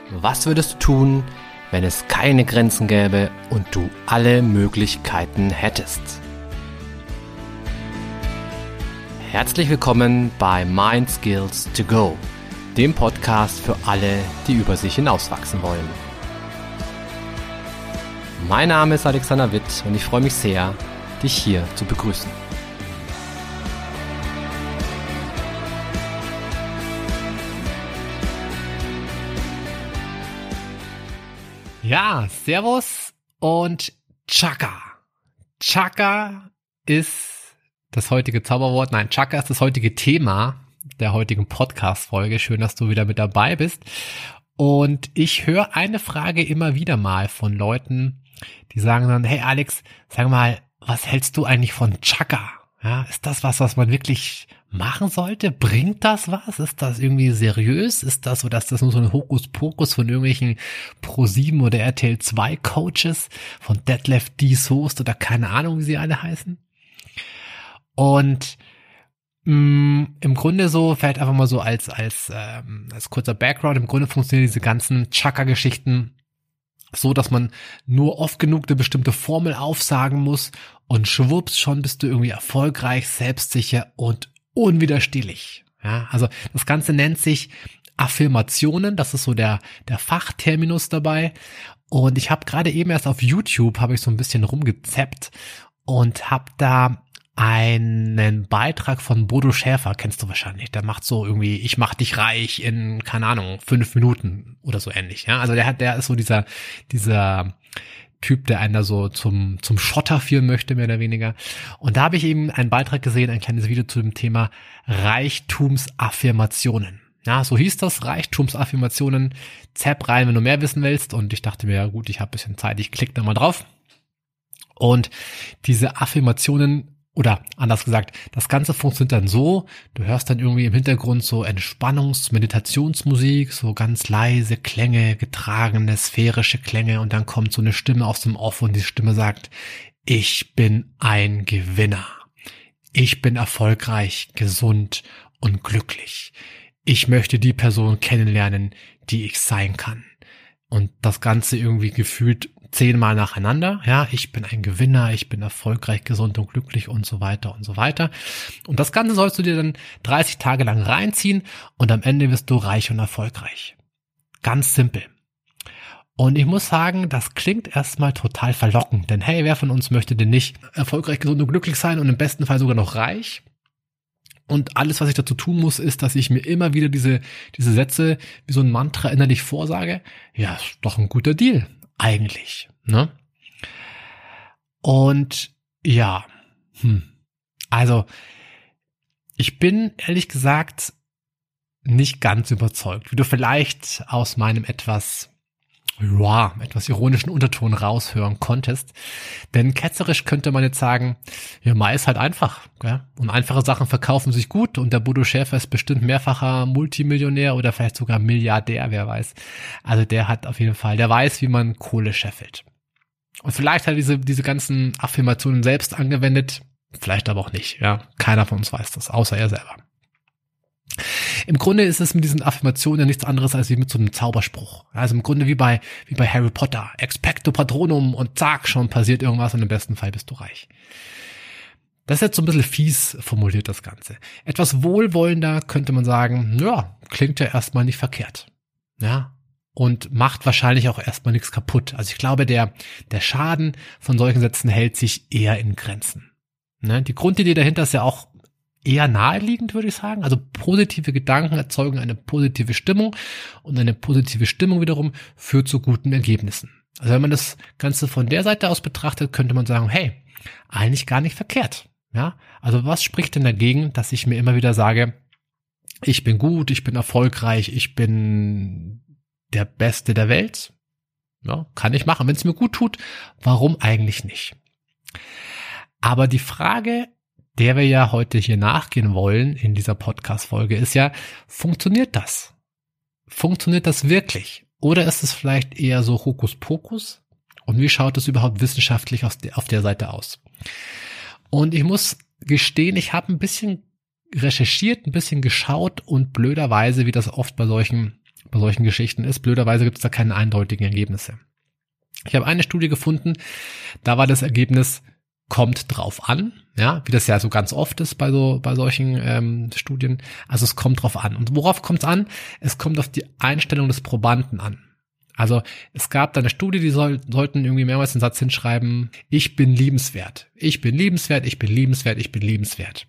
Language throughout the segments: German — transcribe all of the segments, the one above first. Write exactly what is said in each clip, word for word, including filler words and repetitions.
Was würdest du tun, wenn es keine Grenzen gäbe und du alle Möglichkeiten hättest? Herzlich willkommen bei Mind Skills to Go, dem Podcast für alle, die über sich hinauswachsen wollen. Mein Name ist Alexander Witt und ich freue mich sehr, dich hier zu begrüßen. Ja, Servus und Chaka. Chaka ist das heutige Zauberwort. Nein, Chaka ist das heutige Thema der heutigen Podcast-Folge. Schön, dass du wieder mit dabei bist. Und ich höre eine Frage immer wieder mal von Leuten, die sagen dann, hey Alex, sag mal, was hältst du eigentlich von Chaka? Ja, ist das was, was man wirklich machen sollte? Bringt das was? Ist das irgendwie seriös? Ist das so, dass das nur so ein Hokuspokus von irgendwelchen Pro sieben oder R T L zwei Coaches von Detlef D. Soest oder keine Ahnung, wie sie alle heißen? Und mh, im Grunde so, vielleicht einfach mal so als als ähm, als kurzer Background, im Grunde funktionieren diese ganzen Chaka-Geschichten so, dass man nur oft genug eine bestimmte Formel aufsagen muss und schwupps, schon bist du irgendwie erfolgreich, selbstsicher und unwiderstehlich. Ja, also das Ganze nennt sich Affirmationen, das ist so der der Fachterminus dabei. Und ich habe gerade eben erst auf YouTube, habe ich so ein bisschen rumgezappt und habe da einen Beitrag von Bodo Schäfer, kennst du wahrscheinlich, der macht so irgendwie, ich mach dich reich in, keine Ahnung, fünf Minuten oder so ähnlich, ja, also der hat, der ist so dieser, dieser Typ, der einen da so zum, zum Schotter führen möchte, mehr oder weniger, und da habe ich eben einen Beitrag gesehen, ein kleines Video zu dem Thema Reichtumsaffirmationen. Ja, so hieß das, Reichtumsaffirmationen, zapp rein, wenn du mehr wissen willst, und ich dachte mir, ja gut, ich habe ein bisschen Zeit, ich klicke da mal drauf, und diese Affirmationen, oder anders gesagt, das Ganze funktioniert dann so, du hörst dann irgendwie im Hintergrund so Entspannungs-, Meditationsmusik, so ganz leise Klänge, getragene, sphärische Klänge, und dann kommt so eine Stimme aus dem Off und die Stimme sagt, ich bin ein Gewinner. Ich bin erfolgreich, gesund und glücklich. Ich möchte die Person kennenlernen, die ich sein kann. Und das Ganze irgendwie gefühlt zehnmal nacheinander, ja, ich bin ein Gewinner, ich bin erfolgreich, gesund und glücklich und so weiter und so weiter. Und das Ganze sollst du dir dann dreißig Tage lang reinziehen und am Ende wirst du reich und erfolgreich. Ganz simpel. Und ich muss sagen, das klingt erstmal total verlockend, denn hey, wer von uns möchte denn nicht erfolgreich, gesund und glücklich sein und im besten Fall sogar noch reich? Und alles, was ich dazu tun muss, ist, dass ich mir immer wieder diese, diese Sätze wie so ein Mantra innerlich vorsage. Ja, ist doch ein guter Deal. Eigentlich, ne? Und ja, hm. also ich bin ehrlich gesagt nicht ganz überzeugt, wie du vielleicht aus meinem etwas, ja, etwas ironischen Unterton raushören konntest. Denn ketzerisch könnte man jetzt sagen, ja, Mai ist halt einfach, gell? Und einfache Sachen verkaufen sich gut und der Bodo Schäfer ist bestimmt mehrfacher Multimillionär oder vielleicht sogar Milliardär, wer weiß. Also der hat auf jeden Fall, der weiß, wie man Kohle scheffelt. Und vielleicht hat er diese, diese ganzen Affirmationen selbst angewendet, vielleicht aber auch nicht, ja. Keiner von uns weiß das, außer er selber. Im Grunde ist es mit diesen Affirmationen ja nichts anderes als wie mit so einem Zauberspruch. Also im Grunde wie bei wie bei Harry Potter. Expecto Patronum und zack, schon passiert irgendwas und im besten Fall bist du reich. Das ist jetzt so ein bisschen fies formuliert, das Ganze. Etwas wohlwollender könnte man sagen, ja, klingt ja erstmal nicht verkehrt. Ja, und macht wahrscheinlich auch erstmal nichts kaputt. Also ich glaube, der der Schaden von solchen Sätzen hält sich eher in Grenzen. Ne? Die Grundidee dahinter ist ja auch eher naheliegend, würde ich sagen. Also positive Gedanken erzeugen eine positive Stimmung und eine positive Stimmung wiederum führt zu guten Ergebnissen. Also wenn man das Ganze von der Seite aus betrachtet, könnte man sagen, hey, eigentlich gar nicht verkehrt. Ja, also was spricht denn dagegen, dass ich mir immer wieder sage, ich bin gut, ich bin erfolgreich, ich bin der Beste der Welt? Ja, kann ich machen. Wenn es mir gut tut, warum eigentlich nicht? Aber die Frage, der wir ja heute hier nachgehen wollen in dieser Podcast-Folge, ist ja, funktioniert das? Funktioniert das wirklich? Oder ist es vielleicht eher so Hokuspokus? Und wie schaut es überhaupt wissenschaftlich auf der Seite aus? Und ich muss gestehen, ich habe ein bisschen recherchiert, ein bisschen geschaut und blöderweise, wie das oft bei solchen bei solchen Geschichten ist. Blöderweise gibt es da keine eindeutigen Ergebnisse. Ich habe eine Studie gefunden, da war das Ergebnis, kommt drauf an, ja, wie das ja so ganz oft ist bei so bei solchen ähm, Studien. Also es kommt drauf an. Und worauf kommt es an? Es kommt auf die Einstellung des Probanden an. Also es gab da eine Studie, die soll, sollten irgendwie mehrmals den Satz hinschreiben, ich bin liebenswert, ich bin liebenswert, ich bin liebenswert, ich bin liebenswert.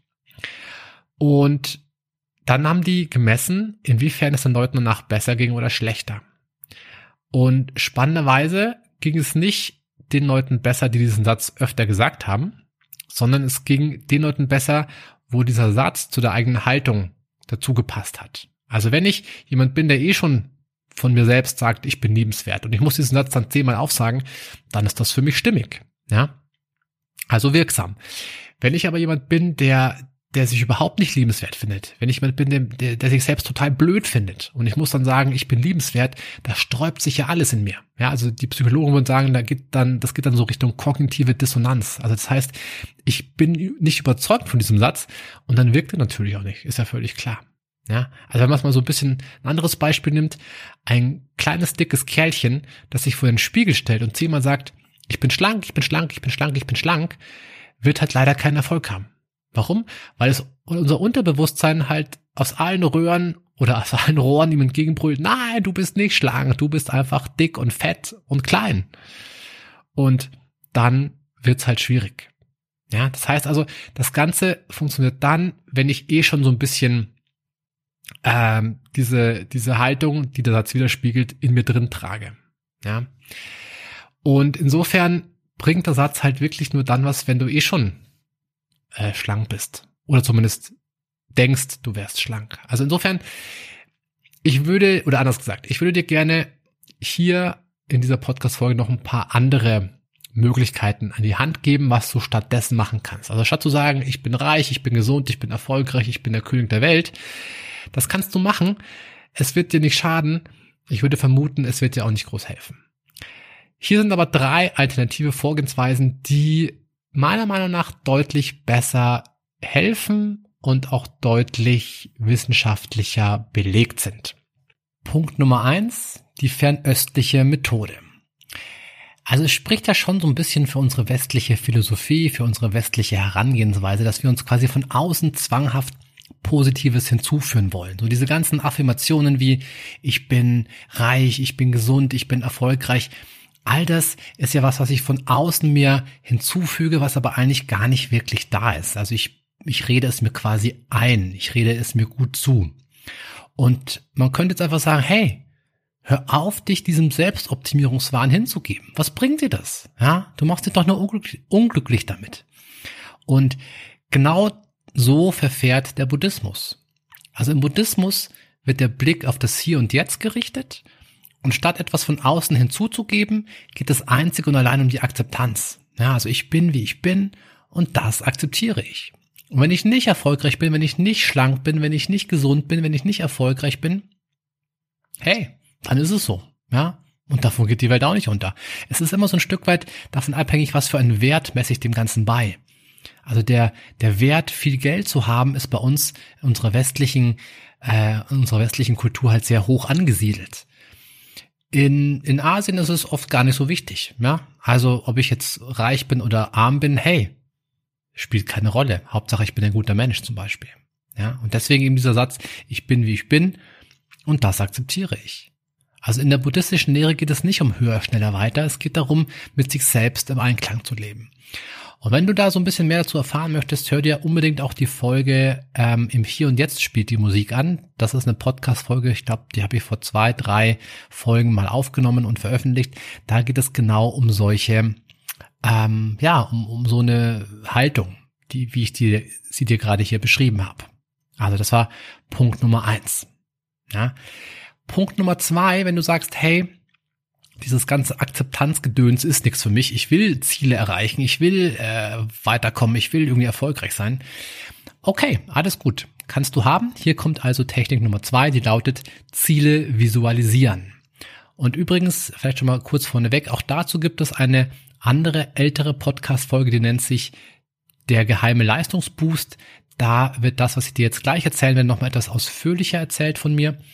Und dann haben die gemessen, inwiefern es den Leuten danach besser ging oder schlechter. Und spannenderweise ging es nicht den Leuten besser, die diesen Satz öfter gesagt haben, sondern es ging den Leuten besser, wo dieser Satz zu der eigenen Haltung dazu gepasst hat. Also wenn ich jemand bin, der eh schon von mir selbst sagt, ich bin liebenswert und ich muss diesen Satz dann zehnmal aufsagen, dann ist das für mich stimmig, ja, also wirksam. Wenn ich aber jemand bin, der der sich überhaupt nicht liebenswert findet, wenn ich jemand bin, der, der, der sich selbst total blöd findet und ich muss dann sagen, ich bin liebenswert, da sträubt sich ja alles in mir, ja, also die Psychologen würden sagen, da geht dann, das geht dann so Richtung kognitive Dissonanz, also das heißt, ich bin nicht überzeugt von diesem Satz und dann wirkt er natürlich auch nicht, ist ja völlig klar. Ja, also wenn man es mal so ein bisschen ein anderes Beispiel nimmt, ein kleines, dickes Kerlchen, das sich vor den Spiegel stellt und zehnmal sagt, ich bin schlank, ich bin schlank, ich bin schlank, ich bin schlank, wird halt leider keinen Erfolg haben. Warum? Weil es unser Unterbewusstsein halt aus allen Röhren oder aus allen Rohren ihm entgegenbrüllt, nein, du bist nicht schlank, du bist einfach dick und fett und klein. Und dann wird's halt schwierig. Ja, das heißt also, das Ganze funktioniert dann, wenn ich eh schon so ein bisschen Ähm, diese diese Haltung, die der Satz widerspiegelt, in mir drin trage. Ja. Und insofern bringt der Satz halt wirklich nur dann was, wenn du eh schon äh, schlank bist. Oder zumindest denkst, du wärst schlank. Also insofern, ich würde, oder anders gesagt, ich würde dir gerne hier in dieser Podcast-Folge noch ein paar andere Möglichkeiten an die Hand geben, was du stattdessen machen kannst. Also statt zu sagen, ich bin reich, ich bin gesund, ich bin erfolgreich, ich bin der König der Welt, das kannst du machen. Es wird dir nicht schaden. Ich würde vermuten, es wird dir auch nicht groß helfen. Hier sind aber drei alternative Vorgehensweisen, die meiner Meinung nach deutlich besser helfen und auch deutlich wissenschaftlicher belegt sind. Punkt Nummer eins, die fernöstliche Methode. Also es spricht ja schon so ein bisschen für unsere westliche Philosophie, für unsere westliche Herangehensweise, dass wir uns quasi von außen zwanghaft Positives hinzuführen wollen. So diese ganzen Affirmationen wie ich bin reich, ich bin gesund, ich bin erfolgreich. All das ist ja was, was ich von außen mir hinzufüge, was aber eigentlich gar nicht wirklich da ist. Also ich, ich rede es mir quasi ein. Ich rede es mir gut zu. Und man könnte jetzt einfach sagen, hey, hör auf, dich diesem Selbstoptimierungswahn hinzugeben. Was bringt dir das? Ja, du machst dich doch nur unglücklich, unglücklich damit. Und genau so verfährt der Buddhismus. Also im Buddhismus wird der Blick auf das Hier und Jetzt gerichtet und statt etwas von außen hinzuzugeben, geht es einzig und allein um die Akzeptanz. Ja, also ich bin, wie ich bin und das akzeptiere ich. Und wenn ich nicht erfolgreich bin, wenn ich nicht schlank bin, wenn ich nicht gesund bin, wenn ich nicht erfolgreich bin, hey, dann ist es so. Ja, und davon geht die Welt auch nicht unter. Es ist immer so ein Stück weit davon abhängig, was für einen Wert messe ich dem Ganzen bei. Also der der Wert, viel Geld zu haben, ist bei uns in unserer westlichen äh, in unserer westlichen Kultur halt sehr hoch angesiedelt. In in Asien ist es oft gar nicht so wichtig. Ja, also ob ich jetzt reich bin oder arm bin, hey, spielt keine Rolle. Hauptsache ich bin ein guter Mensch zum Beispiel. Ja, und deswegen eben dieser Satz: Ich bin wie ich bin und das akzeptiere ich. Also in der buddhistischen Lehre geht es nicht um höher, schneller, weiter. Es geht darum, mit sich selbst im Einklang zu leben. Und wenn du da so ein bisschen mehr dazu erfahren möchtest, hör dir unbedingt auch die Folge ähm, im Hier und Jetzt spielt die Musik an. Das ist eine Podcast-Folge, ich glaube, die habe ich vor zwei, drei Folgen mal aufgenommen und veröffentlicht. Da geht es genau um solche, ähm, ja, um, um so eine Haltung, die, wie ich dir, sie dir gerade hier beschrieben habe. Also das war Punkt Nummer eins. Ja. Punkt Nummer zwei, wenn du sagst, hey, dieses ganze Akzeptanzgedöns ist nichts für mich. Ich will Ziele erreichen, ich will äh, weiterkommen, ich will irgendwie erfolgreich sein. Okay, alles gut. Kannst du haben. Hier kommt also Technik Nummer zwei, die lautet Ziele visualisieren. Und übrigens, vielleicht schon mal kurz vorneweg, auch dazu gibt es eine andere, ältere Podcast-Folge, die nennt sich Der geheime Leistungsboost. Da wird das, was ich dir jetzt gleich erzählen werde, nochmal etwas ausführlicher erzählt von mir.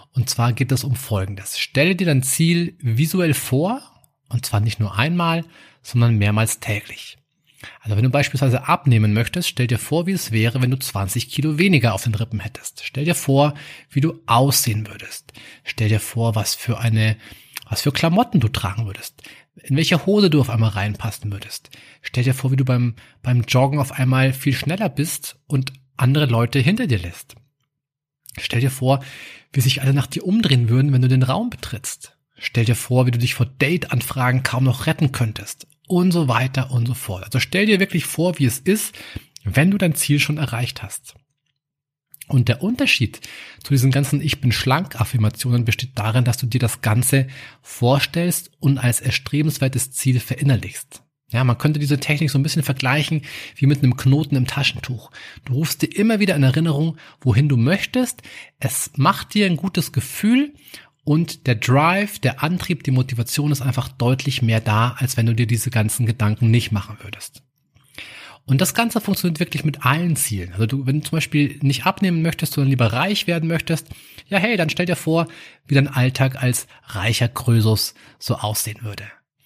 Und zwar geht es um Folgendes. Stelle dir dein Ziel visuell vor, und zwar nicht nur einmal, sondern mehrmals täglich. Also wenn du beispielsweise abnehmen möchtest, stell dir vor, wie es wäre, wenn du zwanzig Kilo weniger auf den Rippen hättest. Stell dir vor, wie du aussehen würdest. Stell dir vor, was für eine, was für Klamotten du tragen würdest. In welche Hose du auf einmal reinpassen würdest. Stell dir vor, wie du beim, beim Joggen auf einmal viel schneller bist und andere Leute hinter dir lässt. Stell dir vor, wie sich alle nach dir umdrehen würden, wenn du den Raum betrittst. Stell dir vor, wie du dich vor Date-Anfragen kaum noch retten könntest. Und so weiter und so fort. Also stell dir wirklich vor, wie es ist, wenn du dein Ziel schon erreicht hast. Und der Unterschied zu diesen ganzen Ich bin schlank Affirmationen besteht darin, dass du dir das Ganze vorstellst und als erstrebenswertes Ziel verinnerlichst. Ja, man könnte diese Technik so ein bisschen vergleichen wie mit einem Knoten im Taschentuch. Du rufst dir immer wieder in Erinnerung, wohin du möchtest. Es macht dir ein gutes Gefühl und der Drive, der Antrieb, die Motivation ist einfach deutlich mehr da, als wenn du dir diese ganzen Gedanken nicht machen würdest. Und das Ganze funktioniert wirklich mit allen Zielen. Also du, wenn du zum Beispiel nicht abnehmen möchtest, sondern lieber reich werden möchtest, ja hey, dann stell dir vor, wie dein Alltag als reicher Krösus so aussehen würde.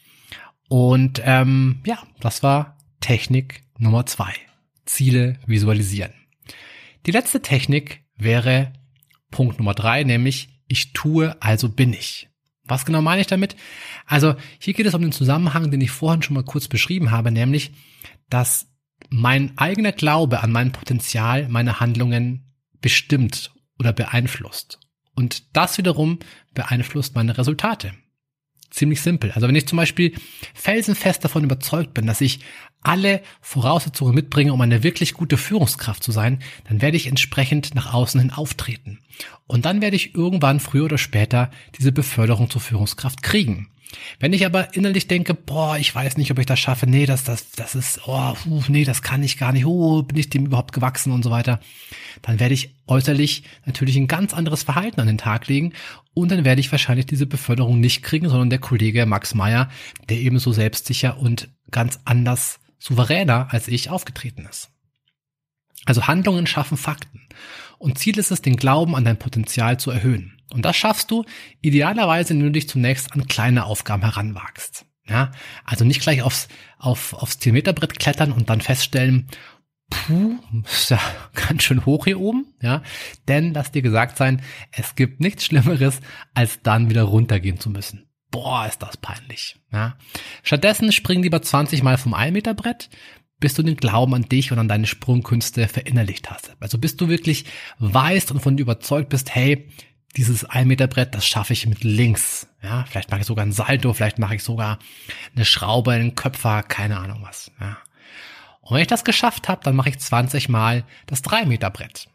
Und ähm, ja, das war Technik Nummer zwei. Ziele visualisieren. Die letzte Technik wäre Punkt Nummer drei, nämlich ich tue, also bin ich. Was genau meine ich damit? Also hier geht es um den Zusammenhang, den ich vorhin schon mal kurz beschrieben habe, nämlich, dass mein eigener Glaube an mein Potenzial meine Handlungen bestimmt oder beeinflusst. Und das wiederum beeinflusst meine Resultate. Ziemlich simpel. Also wenn ich zum Beispiel felsenfest davon überzeugt bin, dass ich alle Voraussetzungen mitbringe, um eine wirklich gute Führungskraft zu sein, dann werde ich entsprechend nach außen hin auftreten. Und dann werde ich irgendwann früher oder später diese Beförderung zur Führungskraft kriegen. Wenn ich aber innerlich denke, boah, ich weiß nicht, ob ich das schaffe, nee, das, das, das ist, oh, nee, das kann ich gar nicht, oh, bin ich dem überhaupt gewachsen und so weiter, dann werde ich äußerlich natürlich ein ganz anderes Verhalten an den Tag legen und dann werde ich wahrscheinlich diese Beförderung nicht kriegen, sondern der Kollege Max Meyer, der ebenso selbstsicher und ganz anders souveräner als ich aufgetreten ist. Also Handlungen schaffen Fakten. Und Ziel ist es, den Glauben an dein Potenzial zu erhöhen. Und das schaffst du idealerweise, indem du dich zunächst an kleine Aufgaben heranwagst. Ja, also nicht gleich aufs, auf, aufs zehn-Meter-Brett klettern und dann feststellen, puh, ist ja ganz schön hoch hier oben. Ja, denn lass dir gesagt sein, es gibt nichts Schlimmeres, als dann wieder runtergehen zu müssen. Boah, ist das peinlich. Ja. Stattdessen spring lieber zwanzig Mal vom ein-Meter-Brett, bis du den Glauben an dich und an deine Sprungkünste verinnerlicht hast. Also bis du wirklich weißt und von dir überzeugt bist, hey, dieses ein-Meter-Brett, das schaffe ich mit links. Ja, vielleicht mache ich sogar ein Salto, vielleicht mache ich sogar eine Schraube, einen Köpfer, keine Ahnung was. Ja. Und wenn ich das geschafft habe, dann mache ich zwanzig Mal das drei-Meter-Brett.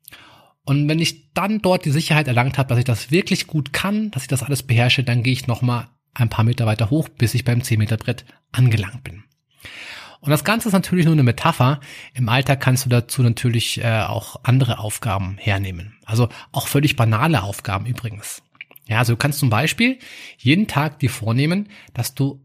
Und wenn ich dann dort die Sicherheit erlangt habe, dass ich das wirklich gut kann, dass ich das alles beherrsche, dann gehe ich nochmal ein paar Meter weiter hoch, bis ich beim zehn-Meter-Brett angelangt bin. Und das Ganze ist natürlich nur eine Metapher. Im Alltag kannst du dazu natürlich äh, auch andere Aufgaben hernehmen. Also auch völlig banale Aufgaben übrigens. Ja, also du kannst zum Beispiel jeden Tag dir vornehmen, dass du,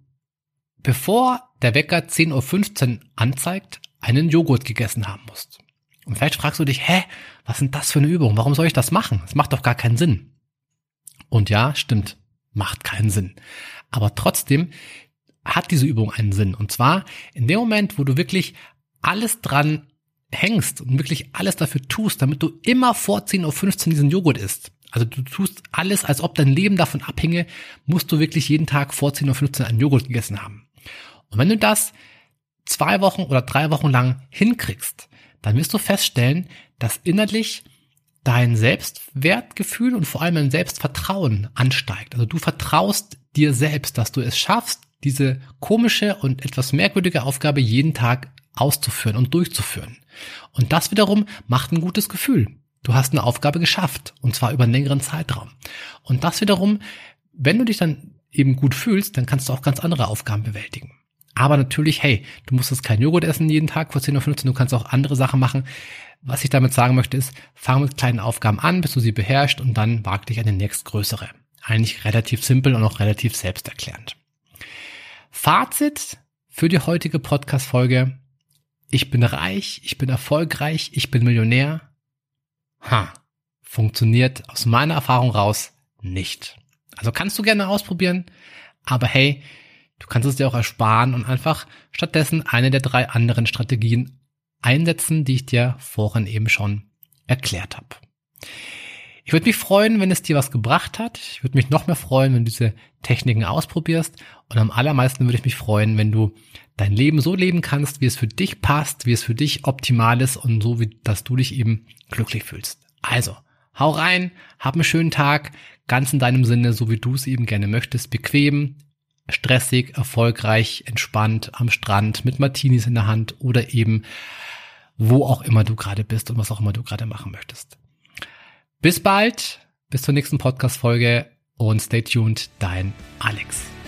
bevor der Wecker zehn Uhr fünfzehn anzeigt, einen Joghurt gegessen haben musst. Und vielleicht fragst du dich, hä, was sind das für eine Übung? Warum soll ich das machen? Das macht doch gar keinen Sinn. Und ja, stimmt, macht keinen Sinn. Aber trotzdem hat diese Übung einen Sinn. Und zwar in dem Moment, wo du wirklich alles dran hängst und wirklich alles dafür tust, damit du immer vor zehn Uhr fünfzehn diesen Joghurt isst. Also du tust alles, als ob dein Leben davon abhinge, musst du wirklich jeden Tag vor zehn Uhr fünfzehn einen Joghurt gegessen haben. Und wenn du das zwei Wochen oder drei Wochen lang hinkriegst, dann wirst du feststellen, dass innerlich dein Selbstwertgefühl und vor allem dein Selbstvertrauen ansteigt. Also du vertraust dir selbst, dass du es schaffst, diese komische und etwas merkwürdige Aufgabe jeden Tag auszuführen und durchzuführen. Und das wiederum macht ein gutes Gefühl. Du hast eine Aufgabe geschafft, und zwar über einen längeren Zeitraum. Und das wiederum, wenn du dich dann eben gut fühlst, dann kannst du auch ganz andere Aufgaben bewältigen. Aber natürlich, hey, du musst jetzt kein Joghurt essen jeden Tag vor zehn Uhr fünfzehn, du kannst auch andere Sachen machen. Was ich damit sagen möchte ist, fang mit kleinen Aufgaben an, bis du sie beherrschst und dann wag dich an die nächstgrößere. Eigentlich relativ simpel und auch relativ selbsterklärend. Fazit für die heutige Podcast-Folge. Ich bin reich, ich bin erfolgreich, ich bin Millionär. Ha, funktioniert aus meiner Erfahrung raus nicht. Also kannst du gerne ausprobieren, aber hey, du kannst es dir auch ersparen und einfach stattdessen eine der drei anderen Strategien einsetzen, die ich dir vorhin eben schon erklärt habe. Ich würde mich freuen, wenn es dir was gebracht hat. Ich würde mich noch mehr freuen, wenn du diese Techniken ausprobierst. Und am allermeisten würde ich mich freuen, wenn du dein Leben so leben kannst, wie es für dich passt, wie es für dich optimal ist und so, wie dass du dich eben glücklich fühlst. Also, hau rein, hab einen schönen Tag, ganz in deinem Sinne, so wie du es eben gerne möchtest, bequem, stressig, erfolgreich, entspannt, am Strand, mit Martinis in der Hand oder eben wo auch immer du gerade bist und was auch immer du gerade machen möchtest. Bis bald, bis zur nächsten Podcast-Folge und stay tuned, dein Alex.